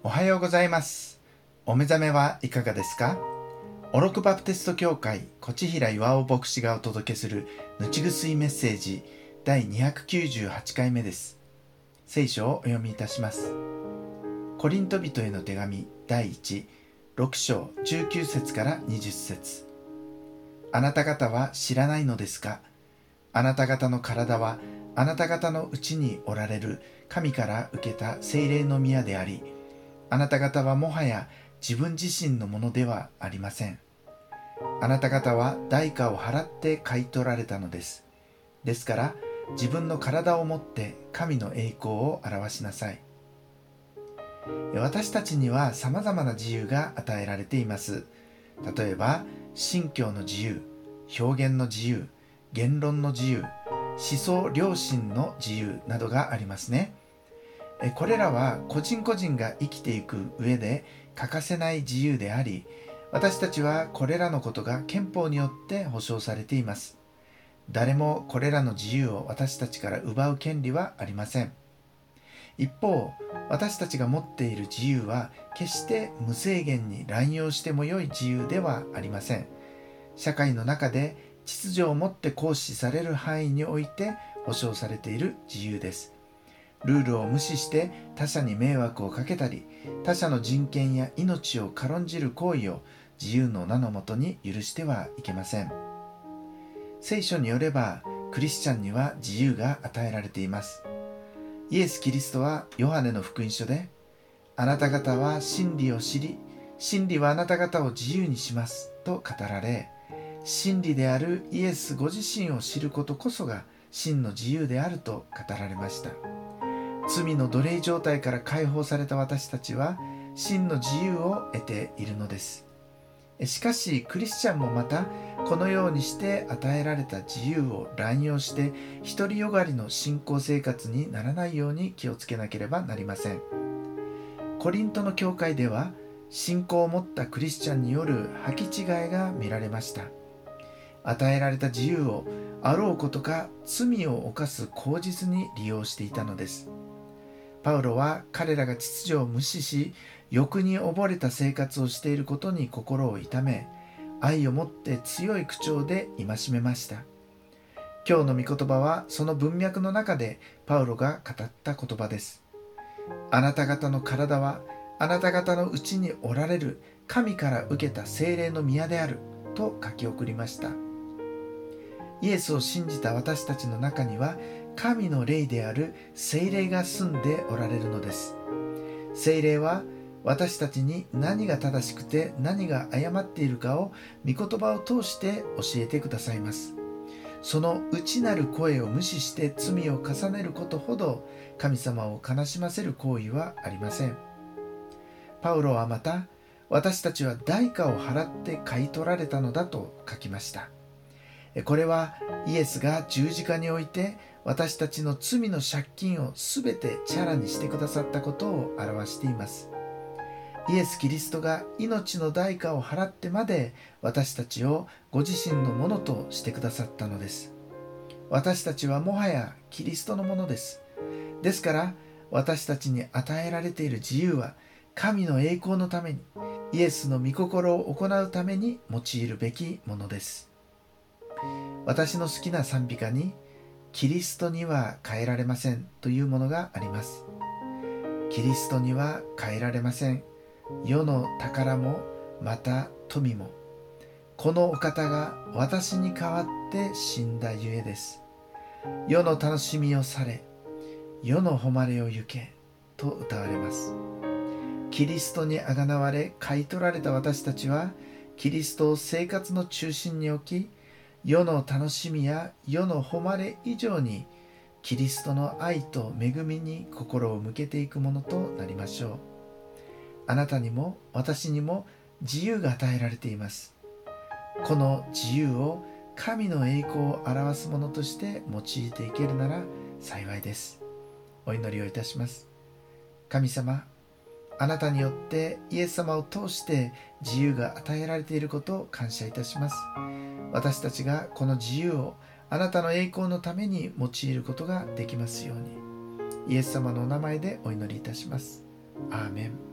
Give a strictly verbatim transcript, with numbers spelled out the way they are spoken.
おはようございます。お目覚めはいかがですか？オロクバプテスト教会越平岩尾牧師がお届けするぬちぐすいメッセージだいにひゃくきゅうじゅうはちかいめです。聖書をお読みいたします。コリント人への手紙だいいち、ろく章じゅうきゅう節からにじゅう節。あなた方は知らないのですか？あなた方の体はあなた方のうちにおられる神から受けた聖霊の宮であり、あなた方はもはや自分自身のものではありません。あなた方は代価を払って買い取られたのです。ですから自分の体をもって神の栄光を表しなさい。私たちには様々な自由が与えられています。例えば信教の自由、表現の自由、言論の自由、思想良心の自由などがありますね。これらは個人個人が生きていく上で欠かせない自由であり、私たちはこれらのことが憲法によって保障されています。誰もこれらの自由を私たちから奪う権利はありません。一方、私たちが持っている自由は決して無制限に乱用しても良い自由ではありません。社会の中で秩序をもって行使される範囲において保障されている自由です。ルールを無視して他者に迷惑をかけたり、他者の人権や命を軽んじる行為を自由の名のもとに許してはいけません。聖書によれば、クリスチャンには自由が与えられています。イエス・キリストはヨハネの福音書で、あなた方は真理を知り、真理はあなた方を自由にしますと語られ、真理であるイエスご自身を知ることこそが真の自由であると語られました。罪の奴隷状態から解放された私たちは真の自由を得ているのです。しかしクリスチャンもまたこのようにして与えられた自由を乱用して独りよがりの信仰生活にならないように気をつけなければなりません。コリントの教会では信仰を持ったクリスチャンによる履き違いが見られました。与えられた自由をあろうことか罪を犯す口実に利用していたのです。パウロは彼らが秩序を無視し、欲に溺れた生活をしていることに心を痛め、愛をもって強い口調で戒めました。今日の御言葉はその文脈の中でパウロが語った言葉です。あなた方の体はあなた方のうちにおられる神から受けた聖霊の宮であると書き送りました。イエスを信じた私たちの中には神の霊である聖霊が住んでおられるのです。聖霊は私たちに何が正しくて何が誤っているかを御言葉を通して教えてくださいます。その内なる声を無視して罪を重ねることほど神様を悲しませる行為はありません。パウロはまた、私たちは代価を払って買い取られたのだと書きました。これはイエスが十字架において私たちの罪の借金をすべてチャラにしてくださったことを表しています。イエス・キリストが命の代価を払ってまで私たちをご自身のものとしてくださったのです。私たちはもはやキリストのものです。ですから私たちに与えられている自由は神の栄光のために、イエスの御心を行うために用いるべきものです。私の好きな賛美歌に、キリストには変えられませんというものがあります。キリストには変えられません。世の宝もまた富も、このお方が私に代わって死んだゆえです。世の楽しみをされ、世の誉れを行けと歌われます。キリストにあがなわれ買い取られた私たちは、キリストを生活の中心に置き、世の楽しみや世の誉れ以上にキリストの愛と恵みに心を向けていくものとなりましょう。あなたにも私にも自由が与えられています。この自由を神の栄光を表すものとして用いていけるなら幸いです。お祈りをいたします。神様、あなたによってイエス様を通して自由が与えられていることを感謝いたします。私たちがこの自由をあなたの栄光のために用いることができますように、イエス様のお名前でお祈りいたします。アーメン。